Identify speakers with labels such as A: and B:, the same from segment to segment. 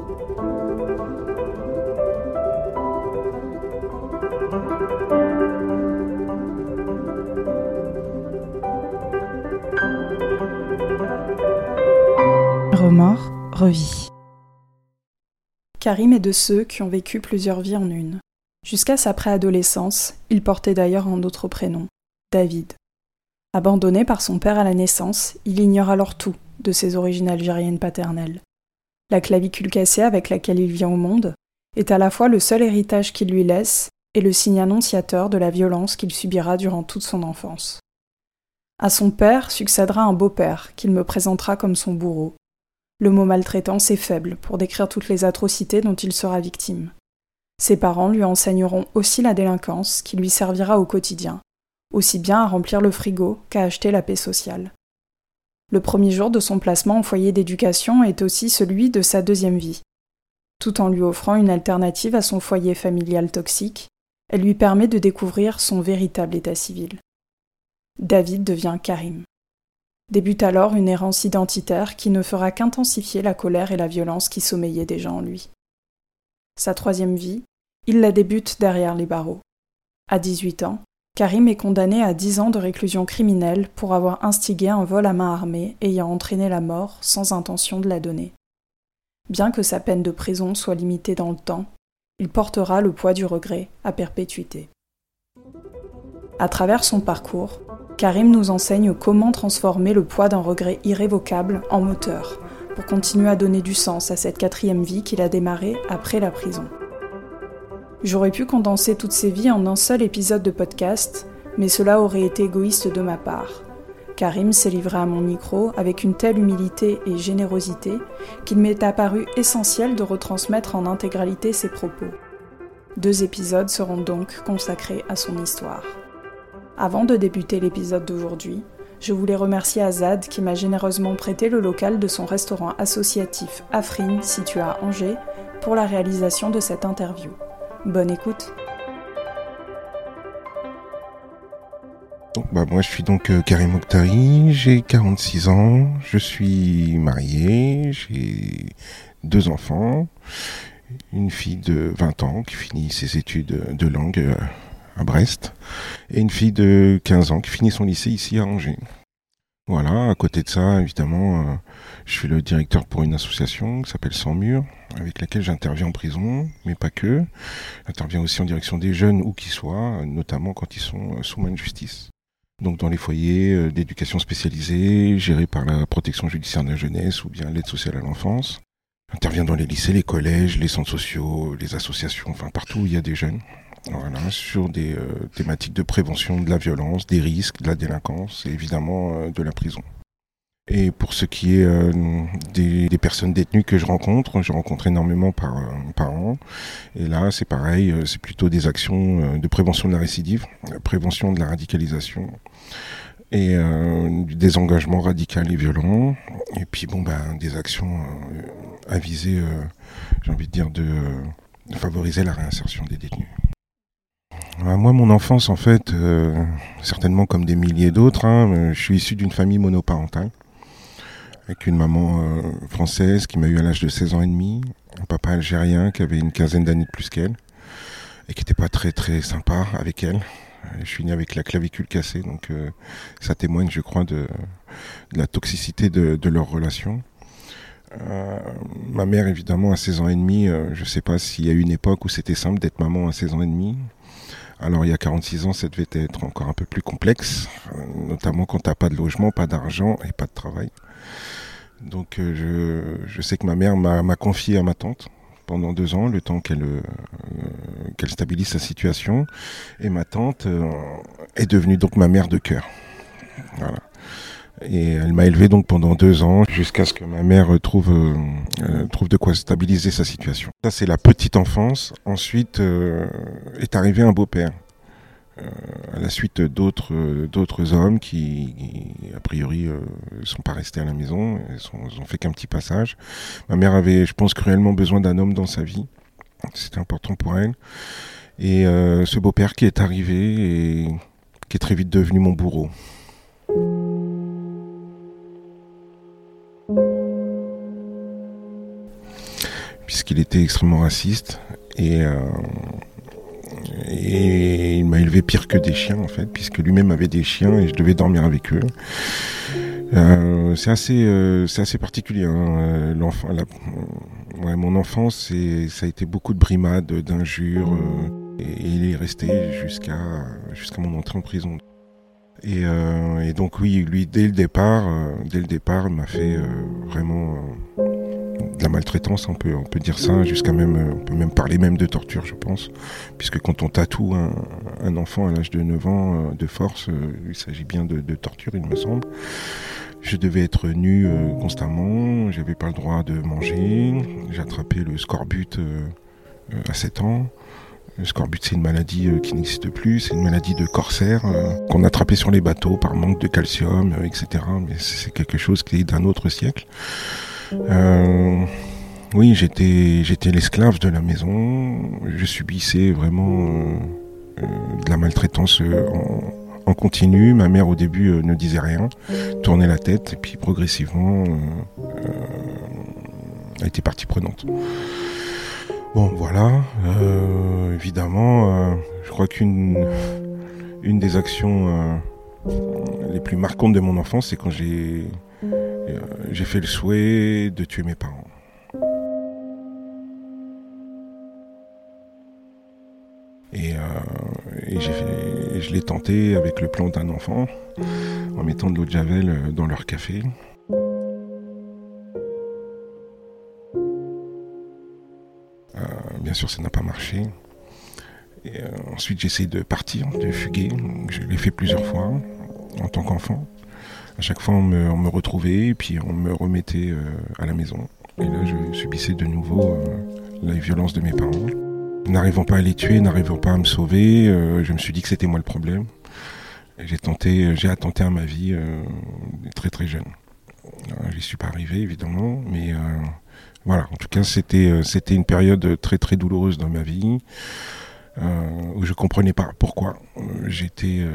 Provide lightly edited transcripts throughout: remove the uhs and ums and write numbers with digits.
A: Remords, revit. Karim est de ceux qui ont vécu plusieurs vies en une. Jusqu'à sa préadolescence, il portait d'ailleurs un autre prénom, David. Abandonné par son père à la naissance, il ignore alors tout de ses origines algériennes paternelles. La clavicule cassée avec laquelle il vient au monde est à la fois le seul héritage qu'il lui laisse et le signe annonciateur de la violence qu'il subira durant toute son enfance. À son père succédera un beau-père qu'il me présentera comme son bourreau. Le mot maltraitance est faible pour décrire toutes les atrocités dont il sera victime. Ses parents lui enseigneront aussi la délinquance qui lui servira au quotidien, aussi bien à remplir le frigo qu'à acheter la paix sociale. Le premier jour de son placement en foyer d'éducation est aussi celui de sa deuxième vie. Tout en lui offrant une alternative à son foyer familial toxique, elle lui permet de découvrir son véritable état civil. David devient Karim. Débute alors une errance identitaire qui ne fera qu'intensifier la colère et la violence qui sommeillaient déjà en lui. Sa troisième vie, il la débute derrière les barreaux. À 18 ans, Karim est condamné à 10 ans de réclusion criminelle pour avoir instigé un vol à main armée ayant entraîné la mort sans intention de la donner. Bien que sa peine de prison soit limitée dans le temps, il portera le poids du regret à perpétuité. À travers son parcours, Karim nous enseigne comment transformer le poids d'un regret irrévocable en moteur pour continuer à donner du sens à cette quatrième vie qu'il a démarrée après la prison. J'aurais pu condenser toutes ces vies en un seul épisode de podcast, mais cela aurait été égoïste de ma part. Karim s'est livré à mon micro avec une telle humilité et générosité qu'il m'est apparu essentiel de retransmettre en intégralité ses propos. 2 épisodes seront donc consacrés à son histoire. Avant de débuter l'épisode d'aujourd'hui, je voulais remercier Azad qui m'a généreusement prêté le local de son restaurant associatif Afrin situé à Angers pour la réalisation de cette interview. Bonne écoute.
B: Moi je suis donc Karim Okhtari, j'ai 46 ans, je suis marié, j'ai 2 enfants, une fille de 20 ans qui finit ses études de langue à Brest, et une fille de 15 ans qui finit son lycée ici à Angers. Voilà, à côté de ça, évidemment, je suis le directeur pour une association qui s'appelle Sans Murs, avec laquelle j'interviens en prison, mais pas que. J'interviens aussi en direction des jeunes, où qu'ils soient, notamment quand ils sont sous main de justice. Donc dans les foyers d'éducation spécialisée, gérés par la protection judiciaire de la jeunesse ou bien l'aide sociale à l'enfance. J'interviens dans les lycées, les collèges, les centres sociaux, les associations, enfin partout où il y a des jeunes. Voilà, sur des thématiques de prévention de la violence, des risques, de la délinquance et évidemment de la prison. Et pour ce qui est des personnes détenues que je rencontre énormément par an. Et là, c'est pareil, c'est plutôt des actions de prévention de la récidive, prévention de la radicalisation et du désengagement radical et violent. Et puis des actions à viser, j'ai envie de dire, de favoriser la réinsertion des détenus. Moi, mon enfance, en fait, certainement comme des milliers d'autres, je suis issu d'une famille monoparentale, avec une maman française qui m'a eu à l'âge de 16 ans et demi, un papa algérien qui avait une quinzaine d'années de plus qu'elle, et qui n'était pas très très sympa avec elle. Je suis né avec la clavicule cassée, donc ça témoigne, je crois, de la toxicité de leur relation. Ma mère, évidemment, à 16 ans et demi, je ne sais pas s'il y a eu une époque où c'était simple d'être maman à 16 ans et demi. Alors il y a 46 ans, ça devait être encore un peu plus complexe, notamment quand tu n'as pas de logement, pas d'argent et pas de travail. Donc je sais que ma mère m'a confié à ma tante pendant 2 ans, le temps qu'elle stabilise sa situation. Et ma tante est devenue donc ma mère de cœur. Voilà. Et elle m'a élevé donc pendant 2 ans jusqu'à ce que ma mère trouve de quoi stabiliser sa situation. Ça, c'est la petite enfance. Ensuite est arrivé un beau-père. À la suite d'autres hommes qui a priori sont pas restés à la maison, ils ont fait qu'un petit passage. Ma mère avait, je pense, cruellement besoin d'un homme dans sa vie. C'était important pour elle. Et ce beau-père qui est arrivé et qui est très vite devenu mon bourreau. puisqu'il était extrêmement raciste et il m'a élevé pire que des chiens en fait, puisque lui-même avait des chiens et je devais dormir avec eux. C'est assez particulier. Hein. Mon enfance, ça a été beaucoup de brimades, d'injures, et il est resté jusqu'à mon entrée en prison. Et donc oui, lui dès le départ, il m'a fait vraiment de la maltraitance, on peut dire ça, on peut même parler même de torture, je pense, puisque quand on tatoue un enfant à l'âge de 9 ans de force, il s'agit bien de torture, il me semble. Je devais être nu constamment, j'avais pas le droit de manger, j'ai attrapé le scorbut à 7 ans. Le scorbut, c'est une maladie qui n'existe plus, c'est une maladie de corsaire qu'on attrapait sur les bateaux par manque de calcium, etc. Mais c'est quelque chose qui est d'un autre siècle. Oui, j'étais l'esclave de la maison, je subissais vraiment de la maltraitance en continu. Ma mère au début ne disait rien, tournait la tête et puis progressivement a été partie prenante. Bon voilà, évidemment, je crois qu'une des actions les plus marquantes de mon enfance, c'est quand j'ai fait le souhait de tuer mes parents. Et je l'ai tenté avec le plan d'un enfant, en mettant de l'eau de javel dans leur café. Bien sûr, ça n'a pas marché. Et ensuite, j'ai essayé de partir, de fuguer. Je l'ai fait plusieurs fois, en tant qu'enfant. À chaque fois, on me retrouvait, et puis on me remettait à la maison. Et là, je subissais de nouveau la violence de mes parents. N'arrivant pas à les tuer, n'arrivant pas à me sauver, je me suis dit que c'était moi le problème. Et j'ai attenté à ma vie très très jeune. J'y suis pas arrivé, évidemment, mais voilà. En tout cas, c'était une période très très douloureuse dans ma vie, où je comprenais pas pourquoi j'étais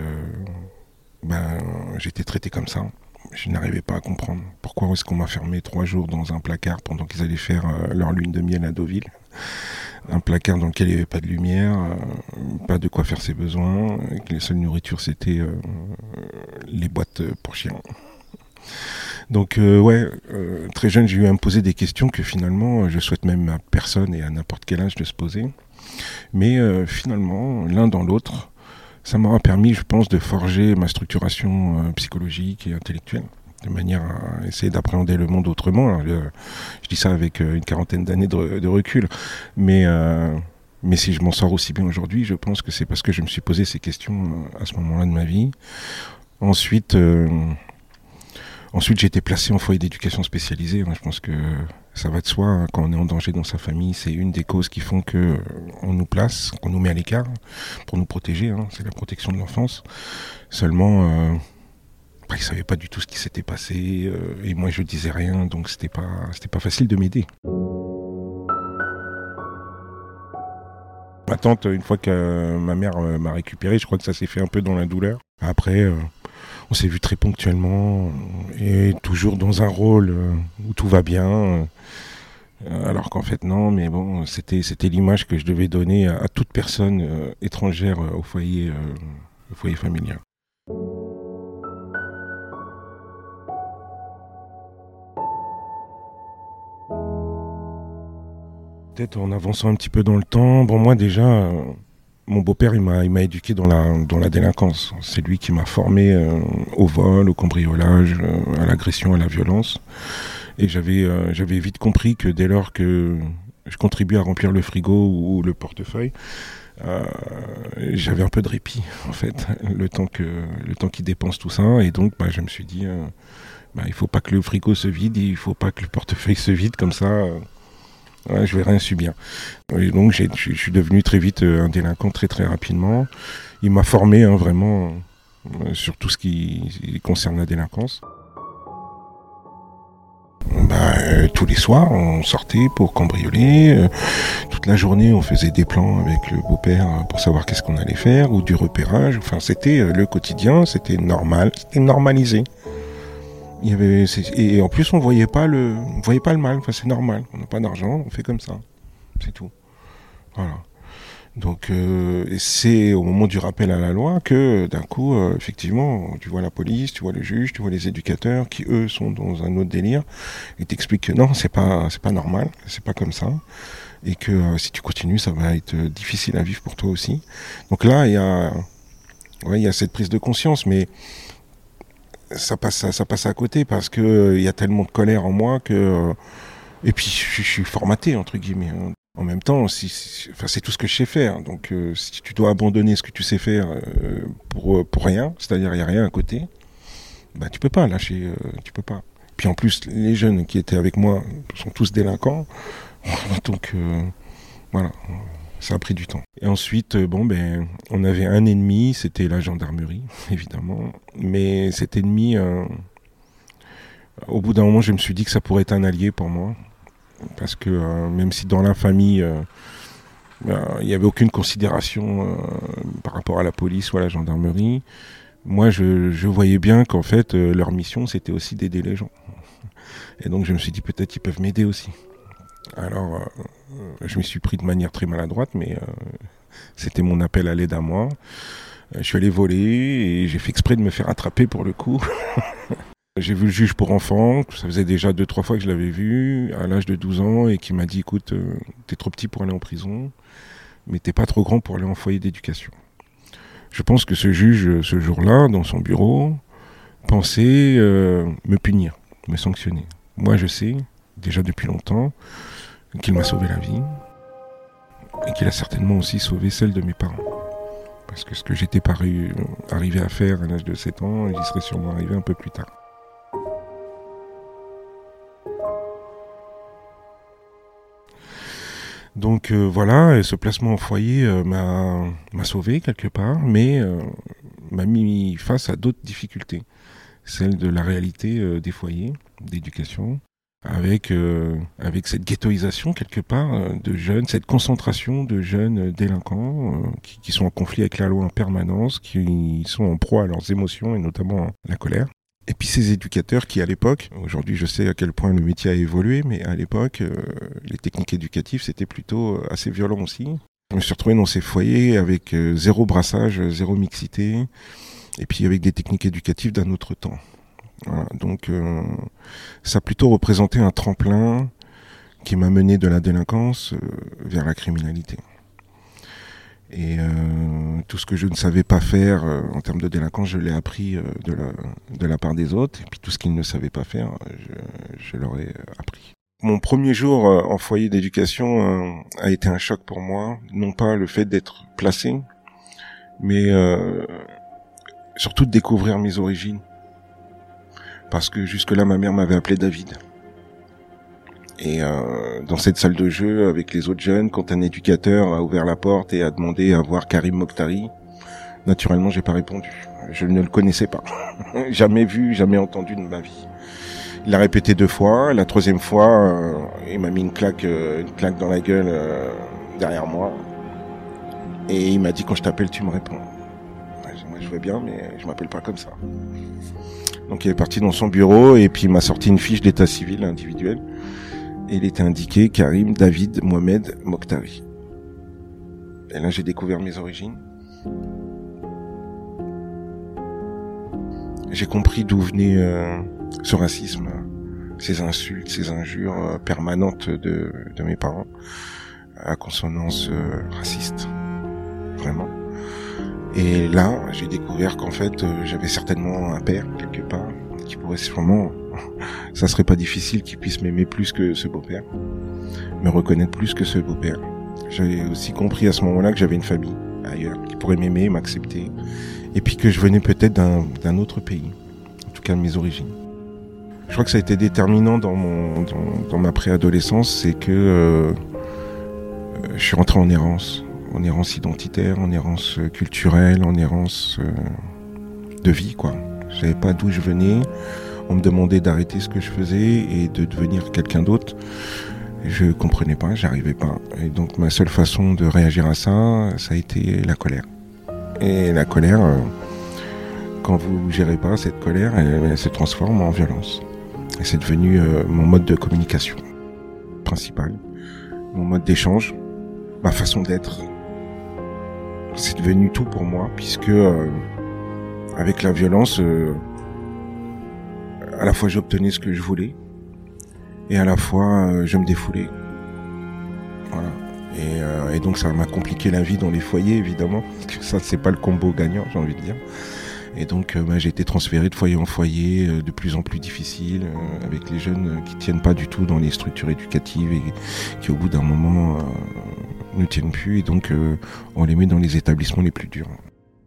B: traité comme ça. Je n'arrivais pas à comprendre pourquoi est-ce qu'on m'a fermé 3 jours dans un placard pendant qu'ils allaient faire leur lune de miel à Deauville. Un placard dans lequel il n'y avait pas de lumière, pas de quoi faire ses besoins, et que les seules nourritures c'était les boîtes pour chiens. Donc très jeune, j'ai eu à me poser des questions que finalement je souhaite même à personne et à n'importe quel âge de se poser. Mais finalement, l'un dans l'autre, ça m'aura permis, je pense, de forger ma structuration psychologique et intellectuelle, de manière à essayer d'appréhender le monde autrement. Alors, je dis ça avec une quarantaine d'années de recul, mais si je m'en sors aussi bien aujourd'hui, je pense que c'est parce que je me suis posé ces questions à ce moment-là de ma vie. Ensuite, j'ai été placé en foyer d'éducation spécialisée. Je pense que ça va de soi, quand on est en danger dans sa famille, c'est une des causes qui font qu'on nous place, qu'on nous met à l'écart pour nous protéger. C'est la protection de l'enfance. Seulement, ils ne savaient pas du tout ce qui s'était passé, et moi je disais rien, donc c'était pas facile de m'aider. Ma tante, une fois que ma mère m'a récupéré, je crois que ça s'est fait un peu dans la douleur. Après, on s'est vu très ponctuellement, et toujours dans un rôle où tout va bien, alors qu'en fait non, mais bon, c'était l'image que je devais donner à toute personne étrangère au foyer familial. Peut-être en avançant un petit peu dans le temps, bon moi déjà, mon beau-père il m'a éduqué dans la délinquance. C'est lui qui m'a formé au vol, au cambriolage, à l'agression, à la violence. Et j'avais vite compris que dès lors que je contribuais à remplir le frigo ou le portefeuille, j'avais un peu de répit en fait, le temps qu'il dépense tout ça. Et donc je me suis dit, il faut pas que le frigo se vide, il faut pas que le portefeuille se vide comme ça. Je vais rien subir. Et donc je suis devenu très vite un délinquant très très rapidement. Il m'a formé vraiment sur tout ce qui concerne la délinquance. Tous les soirs on sortait pour cambrioler, toute la journée on faisait des plans avec le beau-père pour savoir qu'est-ce qu'on allait faire, ou du repérage. Enfin c'était le quotidien, c'était normal, c'était normalisé. Et en plus, on voyait pas le mal. Enfin, c'est normal. On n'a pas d'argent, on fait comme ça. C'est tout. Voilà. Donc, c'est au moment du rappel à la loi que, d'un coup, effectivement, tu vois la police, tu vois le juge, tu vois les éducateurs qui, eux, sont dans un autre délire et t'expliquent que non, c'est pas normal, c'est pas comme ça. Et que si tu continues, ça va être difficile à vivre pour toi aussi. Donc là, il y a cette prise de conscience, mais ça passe à côté parce que il y a tellement de colère en moi que et puis je suis formaté entre guillemets. Hein. En même temps, c'est tout ce que je sais faire. Donc si tu dois abandonner ce que tu sais faire pour rien, c'est-à-dire il y a rien à côté, bah tu peux pas lâcher, tu peux pas. Puis en plus, les jeunes qui étaient avec moi sont tous délinquants, donc voilà. Ça a pris du temps. Et ensuite, on avait un ennemi, c'était la gendarmerie, évidemment. Mais cet ennemi, au bout d'un moment, je me suis dit que ça pourrait être un allié pour moi. Parce que même si dans la famille, il n'y avait aucune considération par rapport à la police ou à la gendarmerie, moi, je voyais bien qu'en fait, leur mission, c'était aussi d'aider les gens. Et donc, je me suis dit, peut-être qu'ils peuvent m'aider aussi. Alors, je m'y suis pris de manière très maladroite, mais c'était mon appel à l'aide à moi. Je suis allé voler et j'ai fait exprès de me faire attraper pour le coup. J'ai vu le juge pour enfants, ça faisait déjà 2-3 fois que je l'avais vu, à l'âge de 12 ans, et qui m'a dit, écoute, t'es trop petit pour aller en prison, mais t'es pas trop grand pour aller en foyer d'éducation. Je pense que ce juge, ce jour-là, dans son bureau, pensait me punir, me sanctionner. Moi, je sais, déjà depuis longtemps, qu'il m'a sauvé la vie et qu'il a certainement aussi sauvé celle de mes parents. Parce que ce que j'étais pas arrivé à faire à l'âge de 7 ans, j'y serais sûrement arrivé un peu plus tard. Donc voilà, et ce placement en foyer m'a sauvé quelque part, mais m'a mis face à d'autres difficultés. Celle de la réalité des foyers d'éducation, avec cette ghettoisation quelque part de jeunes, cette concentration de jeunes délinquants qui sont en conflit avec la loi en permanence, qui sont en proie à leurs émotions et notamment la colère. Et puis ces éducateurs qui à l'époque, aujourd'hui je sais à quel point le métier a évolué, mais à l'époque les techniques éducatives c'était plutôt assez violent aussi. Je me suis retrouvé dans ces foyers avec zéro brassage, zéro mixité, et puis avec des techniques éducatives d'un autre temps. Voilà, donc ça a plutôt représenté un tremplin qui m'a mené de la délinquance vers la criminalité. Et tout ce que je ne savais pas faire en termes de délinquance, je l'ai appris de la part des autres. Et puis tout ce qu'ils ne savaient pas faire, je leur ai appris. Mon premier jour en foyer d'éducation a été un choc pour moi. Non pas le fait d'être placé, mais surtout de découvrir mes origines. Parce que jusque-là, ma mère m'avait appelé David. Et dans cette salle de jeu, avec les autres jeunes, quand un éducateur a ouvert la porte et a demandé à voir Karim Mokhtari, naturellement, j'ai pas répondu. Je ne le connaissais pas. Jamais vu, jamais entendu de ma vie. Il l'a répété 2 fois. La 3e fois, il m'a mis une claque dans la gueule derrière moi. Et il m'a dit, quand je t'appelle, tu me réponds. Moi, je veux bien, mais je m'appelle pas comme ça. Donc il est parti dans son bureau et puis il m'a sorti une fiche d'état civil individuel. Et il était indiqué Karim David Mohamed Mokhtari. Et là j'ai découvert mes origines. J'ai compris d'où venait ce racisme, ces insultes, ces injures permanentes de mes parents, à consonance raciste. Vraiment. Et là, j'ai découvert qu'en fait, j'avais certainement un père, quelque part, qui pourrait sûrement... ça serait pas difficile qu'il puisse m'aimer plus que ce beau-père, me reconnaître plus que ce beau-père. J'avais aussi compris à ce moment-là que j'avais une famille ailleurs, qui pourrait m'aimer, m'accepter, et puis que je venais peut-être d'un autre pays, en tout cas de mes origines. Je crois que ça a été déterminant dans ma préadolescence, c'est que je suis rentré en errance identitaire, en errance culturelle, en errance de vie, quoi. Je savais pas d'où je venais. On me demandait d'arrêter ce que je faisais et de devenir quelqu'un d'autre. Je comprenais pas, j'arrivais pas. Et donc ma seule façon de réagir à ça, ça a été la colère. Et la colère, quand vous ne gérez pas cette colère, elle se transforme en violence. Et c'est devenu mon mode de communication principal, mon mode d'échange, ma façon d'être. C'est devenu tout pour moi, puisque avec la violence, à la fois j'obtenais ce que je voulais, et à la fois je me défoulais. Voilà. Et donc ça m'a compliqué la vie dans les foyers, évidemment. Ça, c'est pas le combo gagnant, j'ai envie de dire. Et donc j'ai été transféré de foyer en foyer, de plus en plus difficile, avec les jeunes qui tiennent pas du tout dans les structures éducatives et qui au bout d'un moment ne tiennent plus. Et donc on les met dans les établissements les plus durs.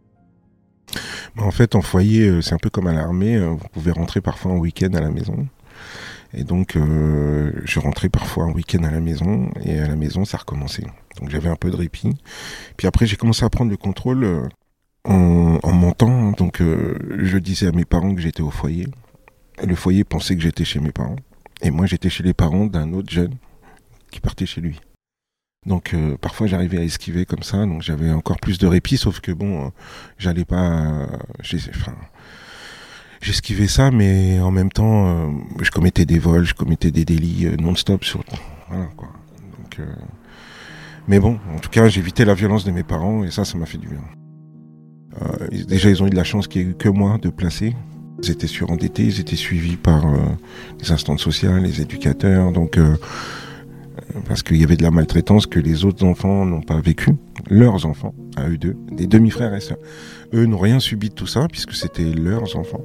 B: En fait, en foyer, c'est un peu comme à l'armée. Vous pouvez rentrer parfois en week-end à la maison. Et donc, je rentrais parfois un week-end à la maison, et à la maison, ça recommençait. Donc, j'avais un peu de répit. Puis après, j'ai commencé à prendre le contrôle en montant. Donc, je disais à mes parents que j'étais au foyer. Le foyer pensait que j'étais chez mes parents. Et moi, j'étais chez les parents d'un autre jeune qui partait chez lui. Donc, parfois, j'arrivais à esquiver comme ça. Donc, j'avais encore plus de répit, sauf que bon, j'allais pas... J'esquivais ça, mais en même temps, je commettais des vols, je commettais des délits non-stop. Voilà, quoi. Donc, mais bon, en tout cas, j'évitais la violence de mes parents, et ça m'a fait du bien. Déjà, ils ont eu de la chance qu'il n'y ait eu que moi de placer. Ils étaient surendettés, ils étaient suivis par les instances sociales, les éducateurs, donc parce qu'il y avait de la maltraitance que les autres enfants n'ont pas vécu. Leurs enfants, à eux deux, des demi-frères et sœurs. Eux n'ont rien subi de tout ça, puisque c'était leurs enfants.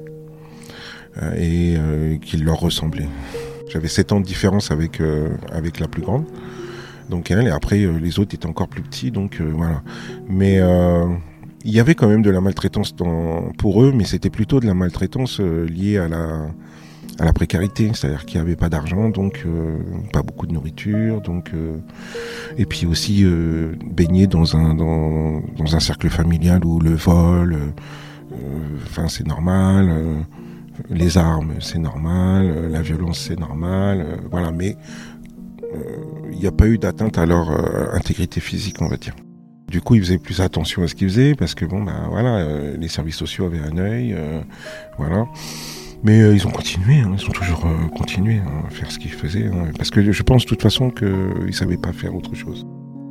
B: Et qu'il leur ressemblait. J'avais 7 ans de différence avec la plus grande, donc elle, et après les autres étaient encore plus petits, donc voilà. Mais il y avait quand même de la maltraitance pour eux, mais c'était plutôt de la maltraitance liée à la précarité, c'est-à-dire qu'il n'y avait pas d'argent, donc pas beaucoup de nourriture, donc et puis aussi baigner dans un cercle familial où le vol, c'est normal. Les armes, c'est normal, la violence, c'est normal, voilà, mais il n'y a pas eu d'atteinte à leur intégrité physique, on va dire. Du coup, ils faisaient plus attention à ce qu'ils faisaient, parce que les services sociaux avaient un œil, voilà. Mais ils ont continué, ils ont toujours continué à faire ce qu'ils faisaient, parce que je pense de toute façon qu'ils ne savaient pas faire autre chose.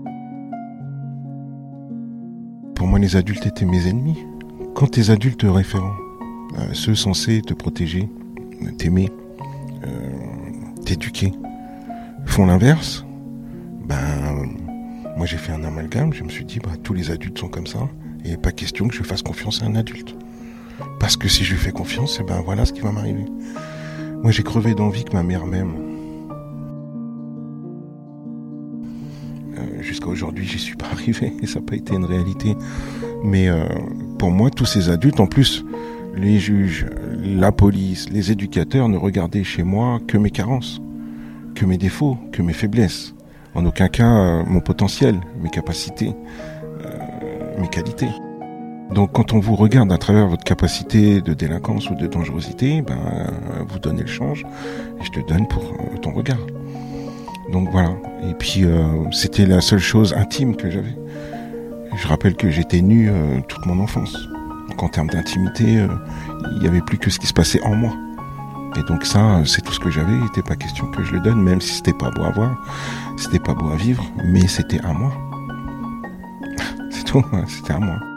B: Pour moi, les adultes étaient mes ennemis. Quand tes adultes référents, ceux censés te protéger, t'aimer, t'éduquer, font l'inverse, moi j'ai fait un amalgame, je me suis dit tous les adultes sont comme ça, et pas question que je fasse confiance à un adulte. Parce que si je lui fais confiance, voilà ce qui va m'arriver. Moi j'ai crevé d'envie que ma mère m'aime. Jusqu'à aujourd'hui, j'y suis pas arrivé, et ça n'a pas été une réalité. Mais pour moi, tous ces adultes, en plus, les juges, la police, les éducateurs ne regardaient chez moi que mes carences, que mes défauts, que mes faiblesses. En aucun cas mon potentiel, mes capacités, mes qualités. Donc quand on vous regarde à travers votre capacité de délinquance ou de dangerosité, vous donnez le change et je te donne pour ton regard. Donc voilà. Et puis c'était la seule chose intime que j'avais. Je rappelle que j'étais nu toute mon enfance. Donc en termes d'intimité, il n'y avait plus que ce qui se passait en moi. Et donc ça, c'est tout ce que j'avais. Il n'était pas question que je le donne, même si c'était pas beau à voir, c'était pas beau à vivre, mais c'était à moi. C'est tout, c'était à moi.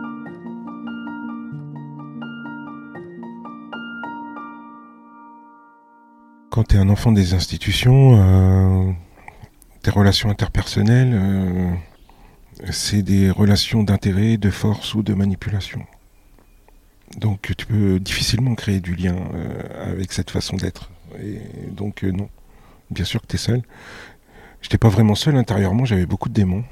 B: Quand tu es un enfant des institutions, tes relations interpersonnelles, c'est des relations d'intérêt, de force ou de manipulation. Donc tu peux difficilement créer du lien avec cette façon d'être. Et donc non, bien sûr que tu es seul. Je n'étais pas vraiment seul intérieurement, j'avais beaucoup de démons.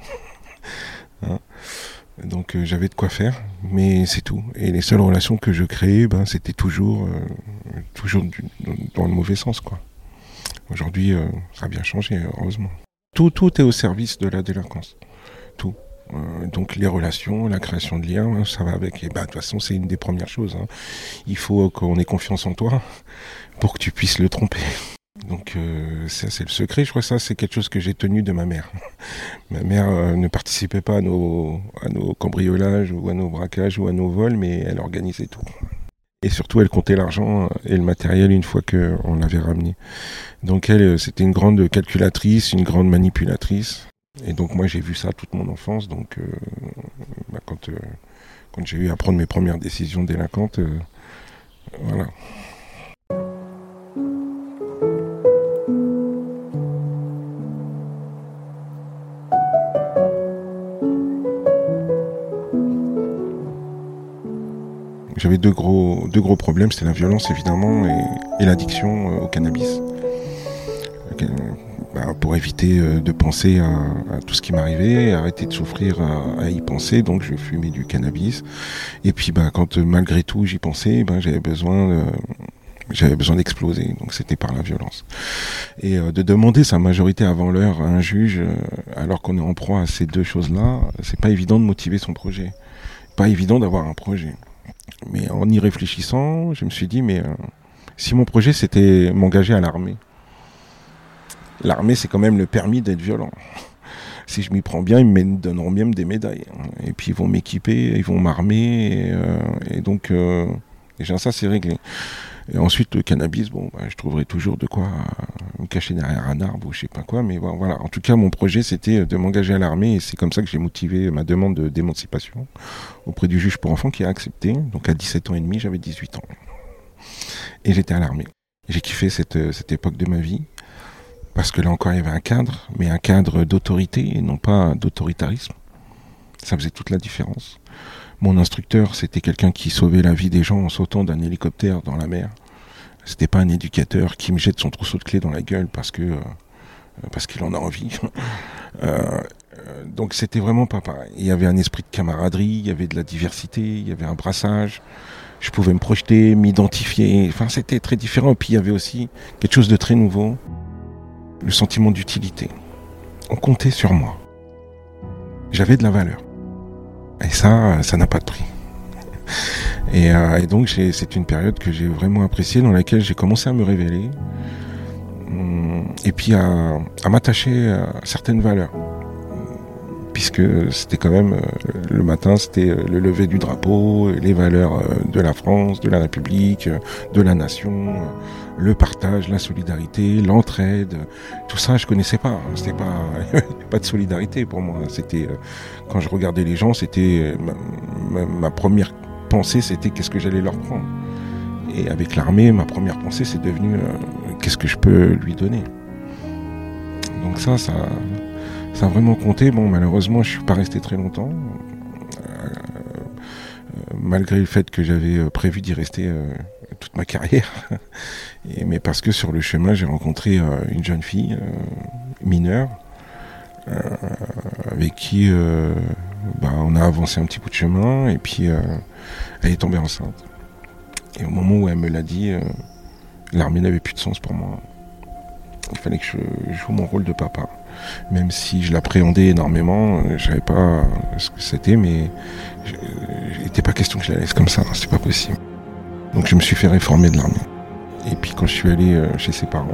B: Donc j'avais de quoi faire, mais c'est tout. Et les seules relations que je créais, c'était toujours dans le mauvais sens, quoi. Aujourd'hui, ça a bien changé, heureusement. Tout est au service de la délinquance. Tout. Donc les relations, la création de liens, ça va avec. Et de toute façon, c'est une des premières choses. Il faut qu'on ait confiance en toi pour que tu puisses le tromper. Donc ça, c'est le secret. Je crois que ça, c'est quelque chose que j'ai tenu de ma mère. Ma mère ne participait pas à nos cambriolages ou à nos braquages ou à nos vols, mais elle organisait tout. Et surtout, elle comptait l'argent et le matériel une fois qu'on l'avait ramené. Donc elle, c'était une grande calculatrice, une grande manipulatrice. Et donc moi, j'ai vu ça toute mon enfance. Donc quand j'ai eu à prendre mes premières décisions délinquantes, voilà. J'avais deux gros problèmes, c'était la violence évidemment et l'addiction au cannabis. Pour éviter de penser à tout ce qui m'arrivait, arrêter de souffrir à y penser, donc je fumais du cannabis. Et puis quand malgré tout j'y pensais, j'avais besoin d'exploser, donc c'était par la violence. Et de demander sa majorité avant l'heure à un juge, alors qu'on est en proie à ces deux choses-là, c'est pas évident de motiver son projet. Pas évident d'avoir un projet. Mais en y réfléchissant, je me suis dit, si mon projet c'était m'engager à l'armée, c'est quand même le permis d'être violent. Si je m'y prends bien, ils me donneront bien des médailles. Et puis ils vont m'équiper, ils vont m'armer, et donc déjà ça c'est réglé. Et ensuite le cannabis, je trouverai toujours de quoi me cacher derrière un arbre ou je sais pas quoi, mais voilà. En tout cas, mon projet c'était de m'engager à l'armée et c'est comme ça que j'ai motivé ma demande d'émancipation auprès du juge pour enfants qui a accepté. Donc à 17 ans et demi, j'avais 18 ans. Et j'étais à l'armée. J'ai kiffé cette époque de ma vie parce que là encore il y avait un cadre, mais un cadre d'autorité et non pas d'autoritarisme. Ça faisait toute la différence. Mon instructeur, c'était quelqu'un qui sauvait la vie des gens en sautant d'un hélicoptère dans la mer. C'était pas un éducateur qui me jette son trousseau de clés dans la gueule parce qu'il en a envie. Donc c'était vraiment pas pareil. Il y avait un esprit de camaraderie, il y avait de la diversité, il y avait un brassage. Je pouvais me projeter, m'identifier. Enfin, c'était très différent. Et puis il y avait aussi quelque chose de très nouveau, le sentiment d'utilité. On comptait sur moi. J'avais de la valeur. Et ça n'a pas de prix. Et donc c'est une période que j'ai vraiment appréciée, dans laquelle j'ai commencé à me révéler et puis à m'attacher à certaines valeurs. Puisque c'était quand même, le matin, c'était le lever du drapeau, les valeurs de la France, de la République, de la nation, le partage, la solidarité, l'entraide. Tout ça, je connaissais pas. C'était pas de solidarité pour moi. C'était, quand je regardais les gens, c'était ma première pensée, c'était qu'est-ce que j'allais leur prendre. Et avec l'armée, ma première pensée, c'est devenu qu'est-ce que je peux lui donner. Donc ça a vraiment compté. Bon, malheureusement, je suis pas resté très longtemps, malgré le fait que j'avais prévu d'y rester toute ma carrière. Mais parce que sur le chemin, j'ai rencontré une jeune fille mineure, avec qui on a avancé un petit bout de chemin, et puis elle est tombée enceinte. Et au moment où elle me l'a dit, l'armée n'avait plus de sens pour moi. Il fallait que je joue mon rôle de papa. Même si je l'appréhendais énormément, je savais pas ce que c'était, mais il n'était pas question que je la laisse comme ça, c'était pas possible. Donc je me suis fait réformer de l'armée. Et puis quand je suis allé chez ses parents,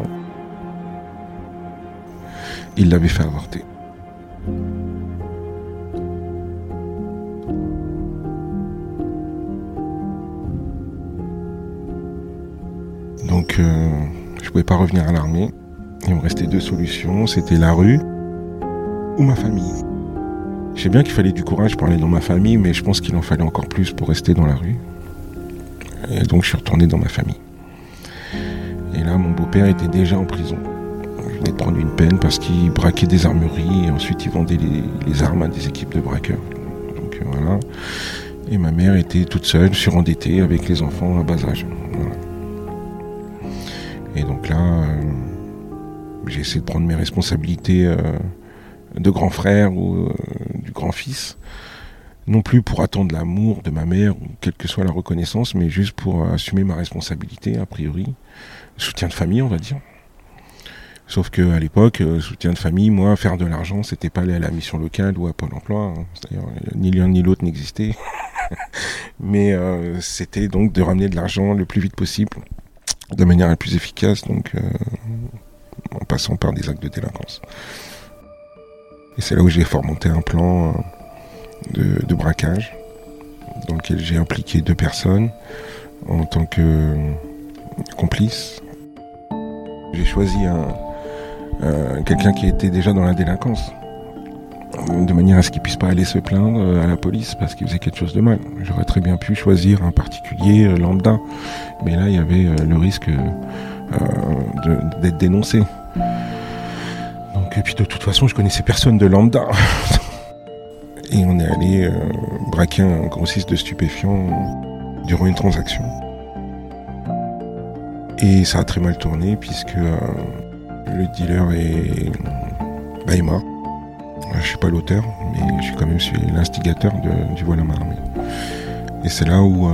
B: ils l'avaient fait avorter. Donc je pouvais pas revenir à l'armée. Il me restait deux solutions, c'était la rue ou ma famille. Je sais bien qu'il fallait du courage pour aller dans ma famille, mais je pense qu'il en fallait encore plus pour rester dans la rue. Et donc je suis retourné dans ma famille. Et là, mon beau-père était déjà en prison. Il venait de prendre une peine parce qu'il braquait des armureries et ensuite il vendait les armes à des équipes de braqueurs. Donc voilà. Et ma mère était toute seule, surendettée, avec les enfants à bas âge. Voilà. Et donc là, j'ai essayé de prendre mes responsabilités de grand frère ou du grand-fils. Non plus pour attendre l'amour de ma mère, ou quelle que soit la reconnaissance, mais juste pour assumer ma responsabilité, a priori. Soutien de famille, on va dire. Sauf qu'à l'époque, soutien de famille, moi, faire de l'argent, c'était pas aller à la mission locale ou à Pôle emploi. Hein. C'est-à-dire, ni l'un ni l'autre n'existait. Mais c'était donc de ramener de l'argent le plus vite possible, de manière la plus efficace, donc en passant par des actes de délinquance. Et c'est là où j'ai fomenté un plan de braquage, dans lequel j'ai impliqué 2 personnes, en tant que complice. J'ai choisi quelqu'un qui était déjà dans la délinquance, de manière à ce qu'il puisse pas aller se plaindre à la police parce qu'il faisait quelque chose de mal. J'aurais très bien pu choisir un particulier lambda, mais là il y avait le risque d'être dénoncé. Donc, et puis de toute façon je connaissais personne de lambda. Et on est allé braquer un grossiste de stupéfiants durant une transaction. Et ça a très mal tourné puisque le dealer est mort. Je suis pas l'auteur, mais je suis quand même l'instigateur du vol à main armée. Et c'est là où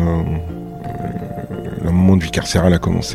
B: le moment de vie carcérale a commencé.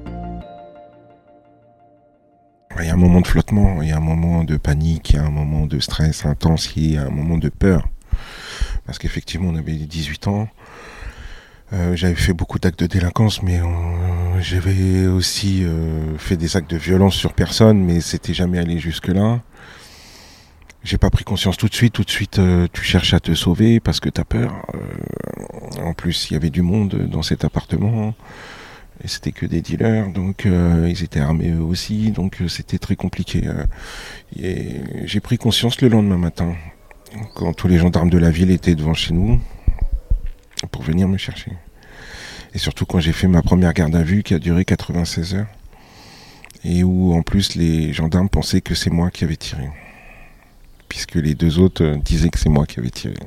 B: Il y a un moment de flottement, il y a un moment de panique, il y a un moment de stress intense, il y a un moment de peur. Parce qu'effectivement, on avait 18 ans. J'avais fait beaucoup d'actes de délinquance, mais j'avais aussi fait des actes de violence sur personne, mais c'était jamais allé jusque-là. J'ai pas pris conscience tout de suite, tu cherches à te sauver parce que t'as peur. En plus, il y avait du monde dans cet appartement, et c'était que des dealers, donc ils étaient armés eux aussi, donc c'était très compliqué. Et j'ai pris conscience le lendemain matin, quand tous les gendarmes de la ville étaient devant chez nous, pour venir me chercher. Et surtout quand j'ai fait ma première garde à vue qui a duré 96 heures, et où en plus les gendarmes pensaient que c'est moi qui avais tiré. Puisque les deux autres disaient que c'est moi qui avais tiré.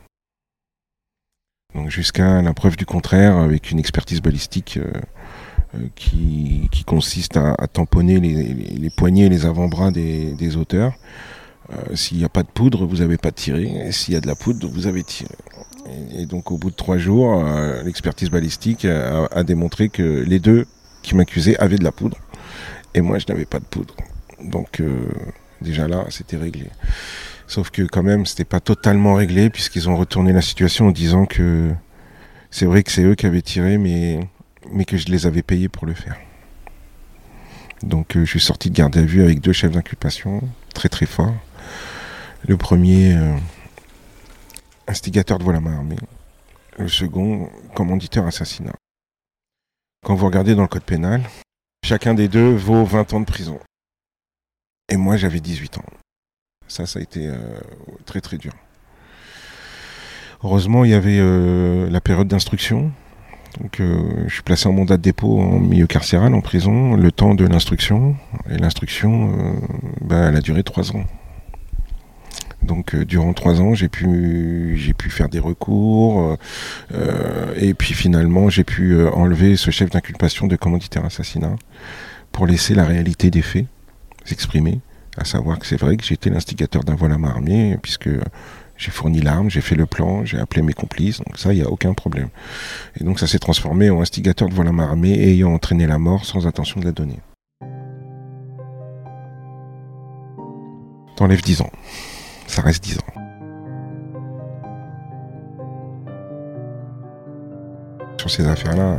B: Donc jusqu'à la preuve du contraire, avec une expertise balistique qui consiste à tamponner les poignets et les avant-bras des auteurs. S'il n'y a pas de poudre, vous n'avez pas tiré, et s'il y a de la poudre, vous avez tiré. Et donc au bout de 3 jours, l'expertise balistique a démontré que les deux qui m'accusaient avaient de la poudre, et moi je n'avais pas de poudre. Donc déjà là, c'était réglé. Sauf que quand même, c'était pas totalement réglé, puisqu'ils ont retourné la situation en disant que c'est vrai que c'est eux qui avaient tiré, mais que je les avais payés pour le faire. Donc je suis sorti de garde à vue avec 2 chefs d'inculpation, très très forts. Le premier, instigateur de vol à main armée. Le second, commanditeur assassinat. Quand vous regardez dans le code pénal, chacun des deux vaut 20 ans de prison. Et moi, j'avais 18 ans. Ça a été très très dur. Heureusement, il y avait la période d'instruction. Donc, je suis placé en mandat de dépôt en milieu carcéral, en prison, le temps de l'instruction. Et l'instruction, elle a duré 3 ans. Donc, durant 3 ans, j'ai pu faire des recours. Et puis, finalement, j'ai pu enlever ce chef d'inculpation de commanditaire assassinat pour laisser la réalité des faits s'exprimer. À savoir que c'est vrai que j'étais l'instigateur d'un vol à main armée, puisque j'ai fourni l'arme, j'ai fait le plan, j'ai appelé mes complices, donc ça, il n'y a aucun problème. Et donc ça s'est transformé en instigateur de vol à main armée ayant entraîné la mort sans intention de la donner. T'enlèves 10 ans. Ça reste 10 ans. Sur ces affaires-là,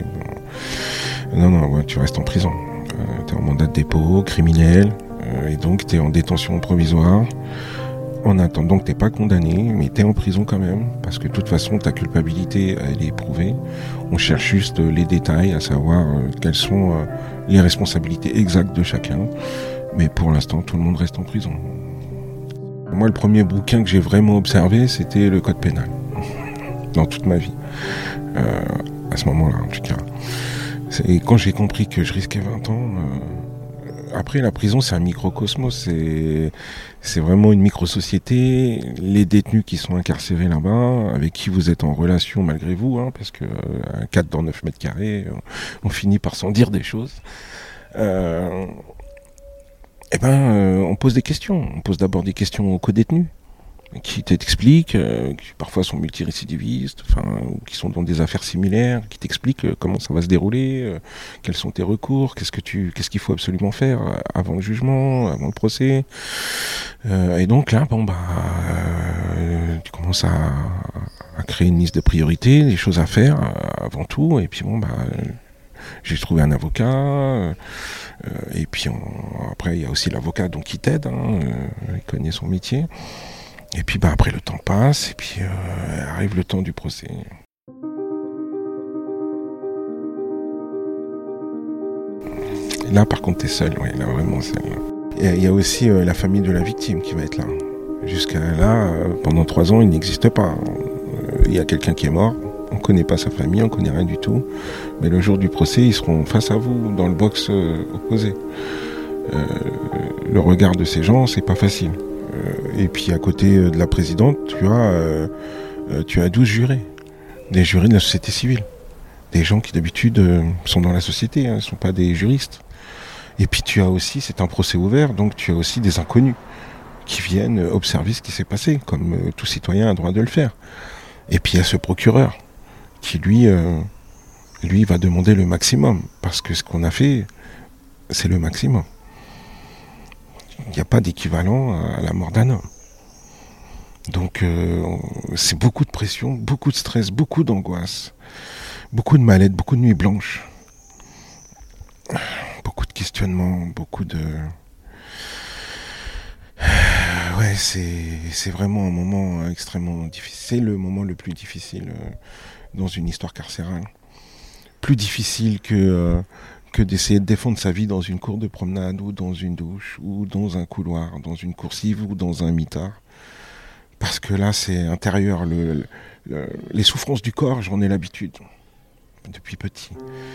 B: non, tu restes en prison. T'es en mandat de dépôt, criminel, et donc t'es en détention provisoire. En attendant que t'es pas condamné, mais t'es en prison quand même, parce que de toute façon ta culpabilité elle est prouvée. On cherche juste les détails, à savoir quelles sont les responsabilités exactes de chacun. Mais pour l'instant, tout le monde reste en prison. Moi, le premier bouquin que j'ai vraiment observé, c'était le code pénal. Dans toute ma vie. À ce moment-là, en tout cas. Et quand j'ai compris que je risquais 20 ans... Après, la prison, c'est un microcosmos, c'est vraiment une micro-société. Les détenus qui sont incarcérés là-bas, avec qui vous êtes en relation malgré vous, parce que 4 dans 9 mètres carrés, on finit par s'en dire des choses. On pose des questions. On pose d'abord des questions aux co-détenus, qui t'expliquent, qui parfois sont multirécidivistes, ou qui sont dans des affaires similaires, qui t'expliquent comment ça va se dérouler, quels sont tes recours, qu'est-ce qu'il faut absolument faire avant le jugement, avant le procès. Et donc là, tu commences à créer une liste de priorités, des choses à faire avant tout, et puis j'ai trouvé un avocat, et puis après il y a aussi l'avocat donc qui t'aide, il connaît son métier. Et puis après le temps passe, et puis arrive le temps du procès. Là, par contre, t'es seul, ouais, là, vraiment seul. Et il y a aussi la famille de la victime qui va être là. Jusqu'à là, pendant 3 ans, il n'existe pas. Il y a quelqu'un qui est mort, on ne connaît pas sa famille, on ne connaît rien du tout. Mais le jour du procès, ils seront face à vous, dans le box opposé. Le regard de ces gens, c'est pas facile. Et puis à côté de la présidente, tu as 12 jurés. Des jurés de la société civile. Des gens qui d'habitude sont dans la société, ne sont pas des juristes. Et puis tu as aussi, c'est un procès ouvert, donc tu as aussi des inconnus qui viennent observer ce qui s'est passé, comme tout citoyen a le droit de le faire. Et puis il y a ce procureur qui lui va demander le maximum, parce que ce qu'on a fait, c'est le maximum. Il n'y a pas d'équivalent à la mort d'un homme. Donc c'est beaucoup de pression, beaucoup de stress, beaucoup d'angoisse, beaucoup de mal-être, beaucoup de nuits blanches, beaucoup de questionnements, beaucoup de... Ouais, c'est vraiment un moment extrêmement difficile. C'est le moment le plus difficile dans une histoire carcérale. Plus difficile que d'essayer de défendre sa vie dans une cour de promenade ou dans une douche ou dans un couloir, dans une coursive ou dans un mitard. Parce que là, c'est intérieur. Les souffrances du corps, j'en ai l'habitude depuis petit.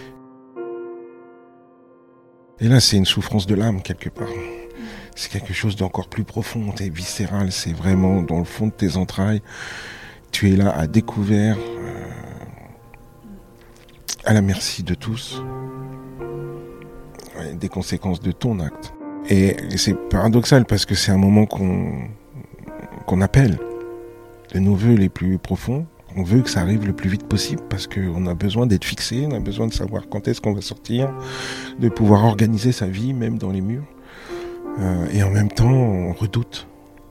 B: Et là, c'est une souffrance de l'âme quelque part. C'est quelque chose d'encore plus profond et viscéral. C'est vraiment dans le fond de tes entrailles. Tu es là à découvert, à la merci de tous, des conséquences de ton acte. Et c'est paradoxal parce que c'est un moment qu'on appelle de nos vœux les plus profonds. On veut que ça arrive le plus vite possible parce qu'on a besoin d'être fixé, on a besoin de savoir quand est-ce qu'on va sortir, de pouvoir organiser sa vie même dans les murs. Et en même temps, on redoute.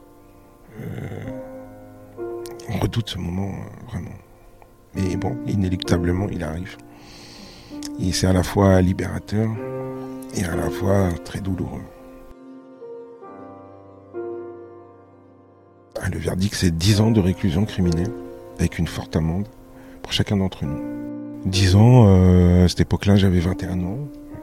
B: On redoute ce moment, vraiment. Mais bon, inéluctablement, il arrive. Et c'est à la fois libérateur et à la fois très douloureux. Le verdict, c'est 10 ans de réclusion criminelle, avec une forte amende pour chacun d'entre nous. 10 ans, à cette époque-là, j'avais 21 ans.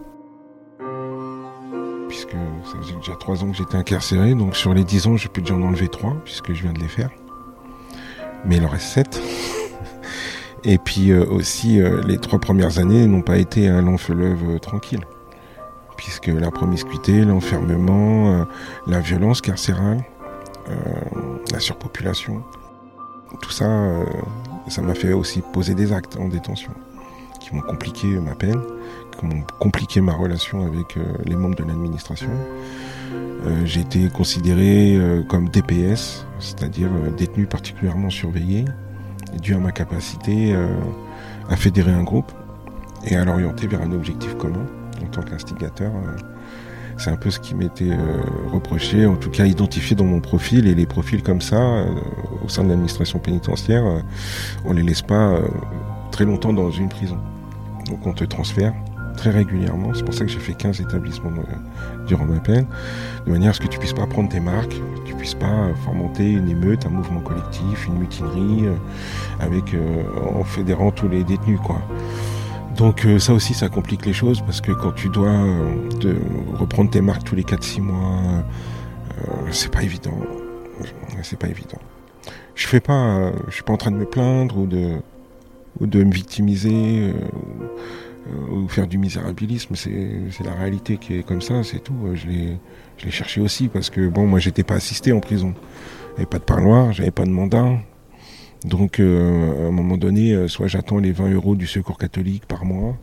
B: Puisque ça faisait déjà 3 ans que j'étais incarcéré, donc sur les 10 ans, je peux déjà en enlever 3, puisque je viens de les faire. Mais il en reste 7. Et puis aussi, les 3 premières années n'ont pas été un long fleuve tranquille. Puisque la promiscuité, l'enfermement, la violence carcérale, la surpopulation, tout ça, ça m'a fait aussi poser des actes en détention, qui m'ont compliqué ma peine, qui m'ont compliqué ma relation avec les membres de l'administration. J'ai été considéré comme DPS, c'est-à-dire détenu particulièrement surveillé, dû à ma capacité à fédérer un groupe et à l'orienter vers un objectif commun en tant qu'instigateur. C'est un peu ce qui m'était reproché, en tout cas identifié dans mon profil, et les profils comme ça, au sein de l'administration pénitentiaire, on les laisse pas très longtemps dans une prison. Donc on te transfère très régulièrement, c'est pour ça que j'ai fait 15 établissements durant ma peine, de manière à ce que tu puisses pas prendre tes marques, que tu puisses pas fomenter une émeute, un mouvement collectif, une mutinerie, en fédérant tous les détenus, quoi. Donc ça aussi, ça complique les choses, parce que quand tu dois reprendre tes marques tous les 4-6 mois, c'est pas évident. C'est pas évident. Je suis pas en train de me plaindre ou de me victimiser ou faire du misérabilisme. C'est la réalité qui est comme ça, c'est tout. Je l'ai cherché aussi, parce que bon, moi j'étais pas assisté en prison. J'avais pas de parloir, j'avais pas de mandat. Donc à un moment donné, soit j'attends les 20 € du secours catholique par mois,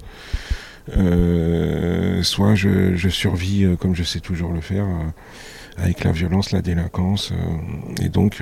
B: soit je survis comme je sais toujours le faire, avec la violence, la délinquance. Et donc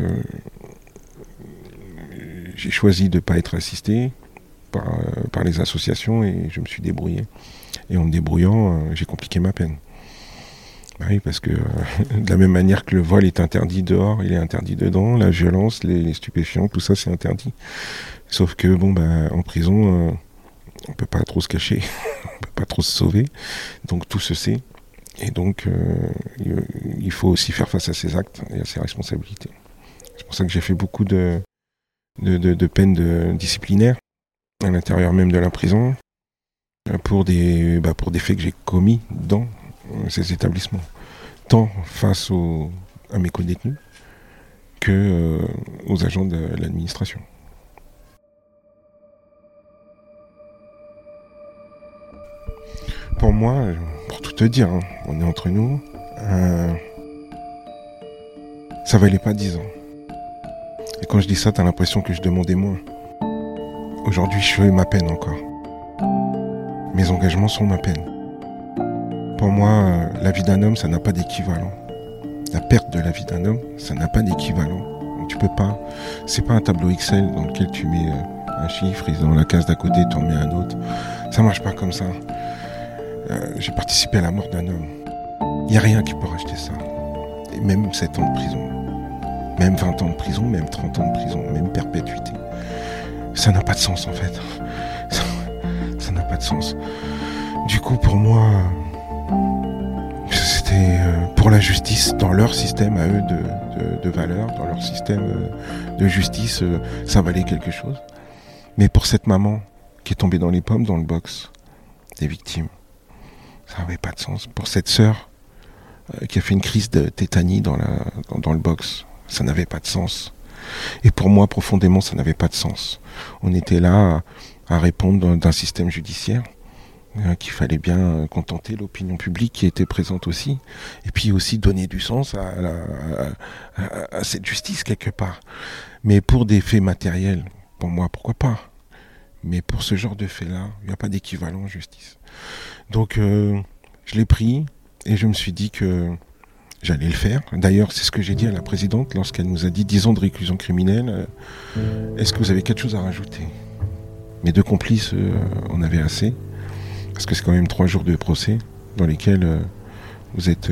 B: j'ai choisi de ne pas être assisté par les associations, et je me suis débrouillé. Et en me débrouillant, j'ai compliqué ma peine. Bah oui, parce que de la même manière que le vol est interdit dehors, il est interdit dedans, la violence, les stupéfiants, tout ça c'est interdit. Sauf que en prison, on peut pas trop se cacher, on peut pas trop se sauver, donc tout se sait. Et donc il faut aussi faire face à ses actes et à ses responsabilités. C'est pour ça que j'ai fait beaucoup de peines disciplinaires à l'intérieur même de la prison, pour des faits que j'ai commis dans ces établissements, tant face à mes codétenus que aux agents de l'administration. Pour moi, pour tout te dire, hein, on est entre nous, ça valait pas 10 ans. Et quand je dis ça, t'as l'impression que je demandais moins. Aujourd'hui, je fais ma peine encore. Mes engagements sont ma peine. Pour moi, la vie d'un homme, ça n'a pas d'équivalent. La perte de la vie d'un homme, ça n'a pas d'équivalent. Donc, tu peux pas. C'est pas un tableau Excel dans lequel tu mets un chiffre et dans la case d'à côté, tu en mets un autre. Ça marche pas comme ça. J'ai participé à la mort d'un homme. Il n'y a rien qui peut racheter ça. Et même 7 ans de prison. Même 20 ans de prison, même 30 ans de prison, même perpétuité. Ça n'a pas de sens en fait. Ça n'a pas de sens. Du coup, pour moi, c'était pour la justice, dans leur système à eux de valeurs, dans leur système de justice, ça valait quelque chose. Mais pour cette maman qui est tombée dans les pommes, dans le box des victimes, ça n'avait pas de sens. Pour cette sœur qui a fait une crise de tétanie dans le box, ça n'avait pas de sens. Et pour moi, profondément, ça n'avait pas de sens. On était là à répondre d'un système judiciaire qu'il fallait bien contenter l'opinion publique qui était présente aussi, et puis aussi donner du sens à cette justice quelque part. Mais pour des faits matériels, pour moi, pourquoi pas ? Mais pour ce genre de faits-là, il n'y a pas d'équivalent en justice. Donc, je l'ai pris et je me suis dit que j'allais le faire. D'ailleurs, c'est ce que j'ai dit à la présidente lorsqu'elle nous a dit 10 ans de réclusion criminelle. Est-ce que vous avez quelque chose à rajouter ? Mes 2 complices en avaient assez. Parce que c'est quand même 3 jours de procès dans lesquels vous êtes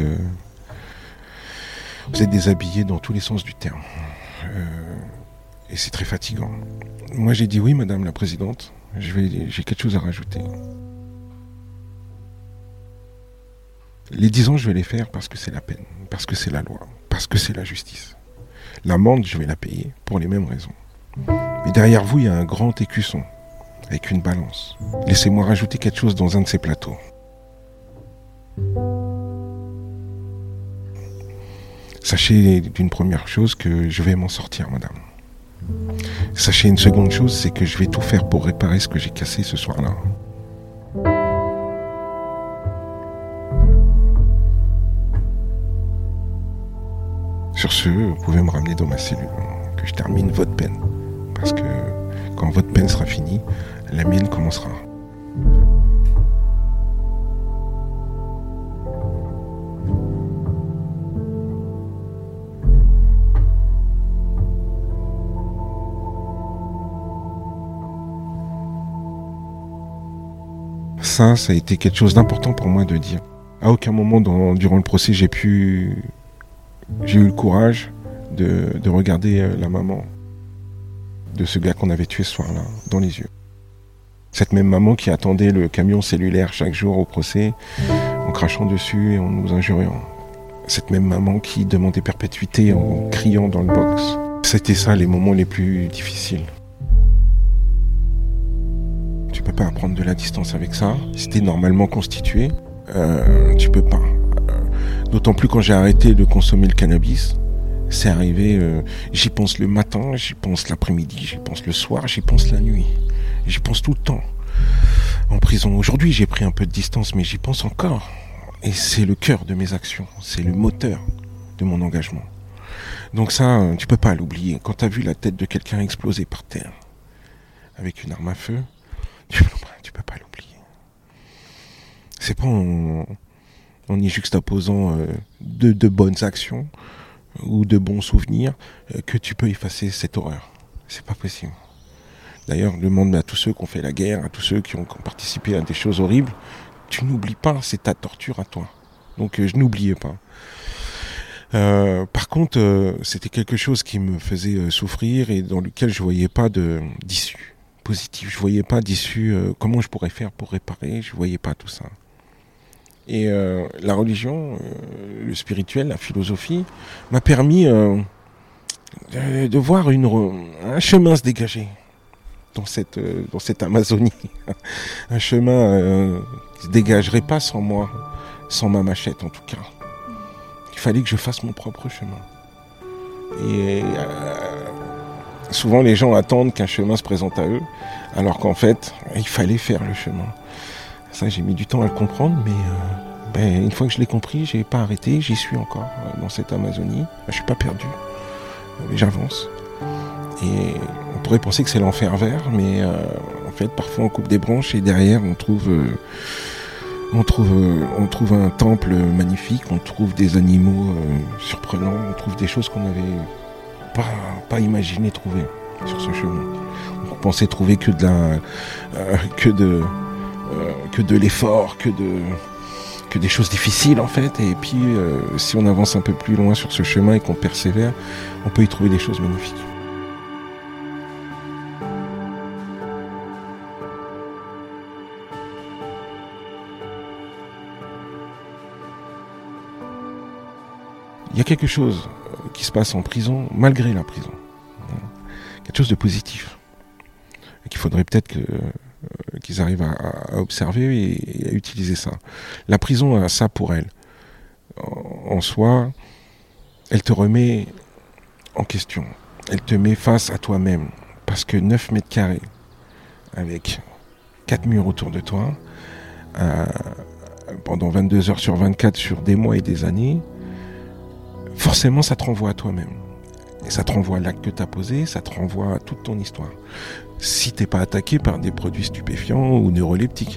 B: déshabillés dans tous les sens du terme. Et c'est très fatigant. Moi, j'ai dit oui, madame la présidente. J'ai quelque chose à rajouter. Les 10 ans, je vais les faire parce que c'est la peine, parce que c'est la loi, parce que c'est la justice. L'amende, je vais la payer pour les mêmes raisons. Mais derrière vous, il y a un grand écusson avec une balance. Laissez-moi rajouter quelque chose dans un de ces plateaux. Sachez d'une première chose que je vais m'en sortir, madame. Sachez une seconde chose, c'est que je vais tout faire pour réparer ce que j'ai cassé ce soir-là. Sur ce, vous pouvez me ramener dans ma cellule, que je termine votre peine. Parce que quand votre peine sera finie, la mienne commencera. Ça a été quelque chose d'important pour moi de dire. À aucun moment durant le procès, j'ai eu le courage de regarder la maman de ce gars qu'on avait tué ce soir-là, dans les yeux. Cette même maman qui attendait le camion cellulaire chaque jour au procès, en crachant dessus et en nous injuriant. Cette même maman qui demandait perpétuité en criant dans le box. C'était ça les moments les plus difficiles. Tu peux pas prendre de la distance avec ça. C'était normalement constitué. Tu peux pas. D'autant plus quand j'ai arrêté de consommer le cannabis. C'est arrivé, j'y pense le matin, j'y pense l'après-midi, j'y pense le soir, j'y pense la nuit. J'y pense tout le temps. En prison, aujourd'hui, j'ai pris un peu de distance, mais j'y pense encore. Et c'est le cœur de mes actions, c'est le moteur de mon engagement. Donc ça, tu peux pas l'oublier. Quand t'as vu la tête de quelqu'un exploser par terre, avec une arme à feu, tu peux pas l'oublier. C'est pas en y juxtaposant de bonnes actions ou de bons souvenirs que tu peux effacer cette horreur. C'est pas possible. D'ailleurs, je demande à tous ceux qui ont fait la guerre, à tous ceux qui ont participé à des choses horribles, tu n'oublies pas, c'est ta torture à toi. Donc je n'oubliais pas. Par contre, c'était quelque chose qui me faisait souffrir et dans lequel je voyais pas d'issue positive. Je voyais pas d'issue, comment je pourrais faire pour réparer, je voyais pas tout ça. Et la religion, le spirituel, la philosophie, m'a permis de voir un chemin se dégager dans cette Amazonie. Un chemin qui se dégagerait pas sans moi, sans ma machette en tout cas. Il fallait que je fasse mon propre chemin. Et souvent les gens attendent qu'un chemin se présente à eux, alors qu'en fait, il fallait faire le chemin. Ça, j'ai mis du temps à le comprendre, mais une fois que je l'ai compris, j'ai pas arrêté, j'y suis encore dans cette Amazonie. Je suis pas perdu, mais j'avance. Et on pourrait penser que c'est l'enfer vert, mais en fait, parfois on coupe des branches et derrière on trouve un temple magnifique, on trouve des animaux surprenants, on trouve des choses qu'on n'avait pas imaginé trouver sur ce chemin. On pensait trouver que de l'effort, que des choses difficiles en fait. Et puis si on avance un peu plus loin sur ce chemin et qu'on persévère, on peut y trouver des choses magnifiques. Il y a quelque chose qui se passe en prison, malgré la prison. Quelque chose de positif. Et qu'il faudrait peut-être qu'ils arrivent à observer et à utiliser ça. La prison a ça pour elle. En soi, elle te remet en question. Elle te met face à toi-même. Parce que 9 mètres carrés, avec 4 murs autour de toi, pendant 22 heures sur 24, sur des mois et des années, forcément, ça te renvoie à toi-même. Et ça te renvoie à l'acte que tu as posé, ça te renvoie à toute ton histoire. Si tu n'es pas attaqué par des produits stupéfiants ou neuroleptiques.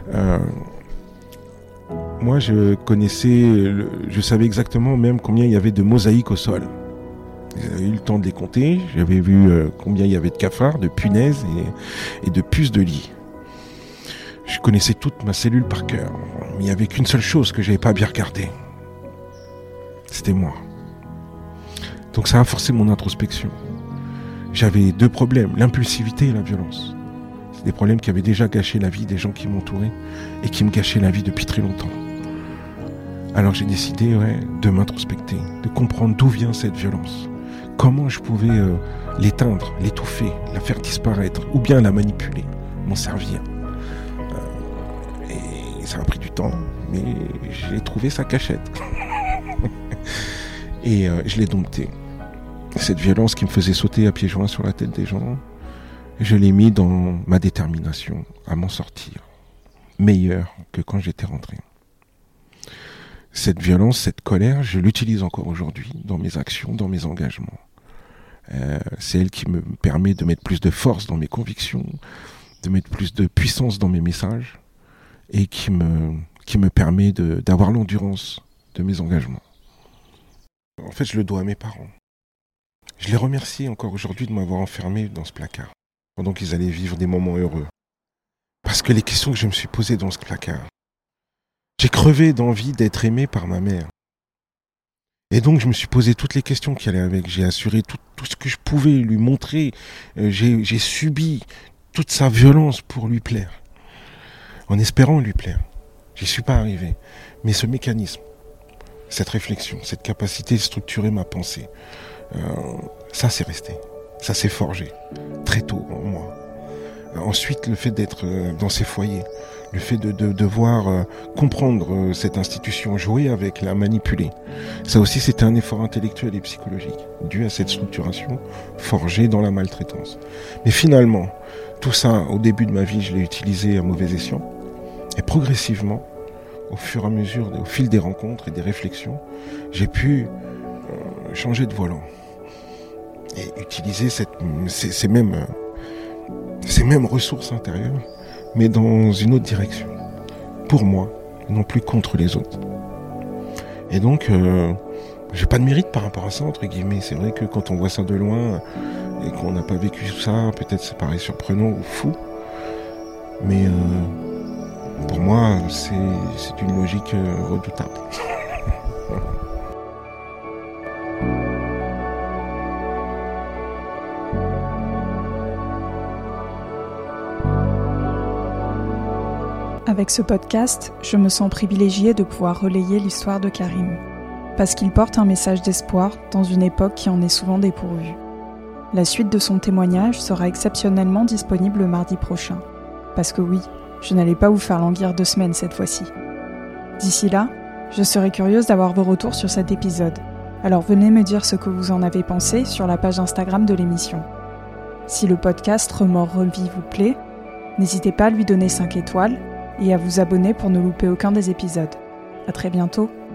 B: Moi, je savais exactement même combien il y avait de mosaïques au sol. J'avais eu le temps de les compter. J'avais vu combien il y avait de cafards, de punaises et de puces de lit. Je connaissais toute ma cellule par cœur. Mais il n'y avait qu'une seule chose que je n'avais pas bien regardée. C'était moi. Donc ça a forcé mon introspection. J'avais 2 problèmes, l'impulsivité et la violence. C'est des problèmes qui avaient déjà gâché la vie des gens qui m'entouraient et qui me gâchaient la vie depuis très longtemps. Alors j'ai décidé de m'introspecter, de comprendre d'où vient cette violence. Comment je pouvais l'éteindre, l'étouffer, la faire disparaître, ou bien la manipuler, m'en servir. Et ça a pris du temps, mais j'ai trouvé sa cachette. Et je l'ai dompté. Cette violence qui me faisait sauter à pieds joints sur la tête des gens, je l'ai mis dans ma détermination à m'en sortir, meilleur que quand j'étais rentré. Cette violence, cette colère, je l'utilise encore aujourd'hui dans mes actions, dans mes engagements. C'est elle qui me permet de mettre plus de force dans mes convictions, de mettre plus de puissance dans mes messages, et qui me permet d'avoir l'endurance de mes engagements. En fait, je le dois à mes parents. Je les remercie encore aujourd'hui de m'avoir enfermé dans ce placard, pendant qu'ils allaient vivre des moments heureux. Parce que les questions que je me suis posées dans ce placard, j'ai crevé d'envie d'être aimé par ma mère. Et donc, je me suis posé toutes les questions qui allaient avec. J'ai assuré tout ce que je pouvais lui montrer. J'ai subi toute sa violence pour lui plaire, en espérant lui plaire. J'y suis pas arrivé. Mais ce mécanisme, cette réflexion, cette capacité de structurer ma pensée, ça c'est resté, ça s'est forgé très tôt en moi. Ensuite, le fait d'être dans ces foyers, le fait de devoir comprendre cette institution, jouer avec, la manipuler, ça aussi c'était un effort intellectuel et psychologique, dû à cette structuration forgée dans la maltraitance. Mais finalement, tout ça, au début de ma vie, je l'ai utilisé à mauvais escient, et progressivement, au fur et à mesure, au fil des rencontres et des réflexions, j'ai pu changer de volant et utiliser ces mêmes ressources intérieures, mais dans une autre direction, pour moi, non plus contre les autres. Et donc, j'ai pas de mérite par rapport à ça, entre guillemets. C'est vrai que quand on voit ça de loin et qu'on n'a pas vécu ça, peut-être ça paraît surprenant ou fou, mais pour moi, c'est une logique redoutable.
A: Avec ce podcast, je me sens privilégiée de pouvoir relayer l'histoire de Karim, parce qu'il porte un message d'espoir dans une époque qui en est souvent dépourvue. La suite de son témoignage sera exceptionnellement disponible le mardi prochain, parce que oui, je n'allais pas vous faire languir 2 semaines cette fois-ci. D'ici là, je serais curieuse d'avoir vos retours sur cet épisode. Alors venez me dire ce que vous en avez pensé sur la page Instagram de l'émission. Si le podcast Remords Revit vous plaît, n'hésitez pas à lui donner 5 étoiles et à vous abonner pour ne louper aucun des épisodes. À très bientôt.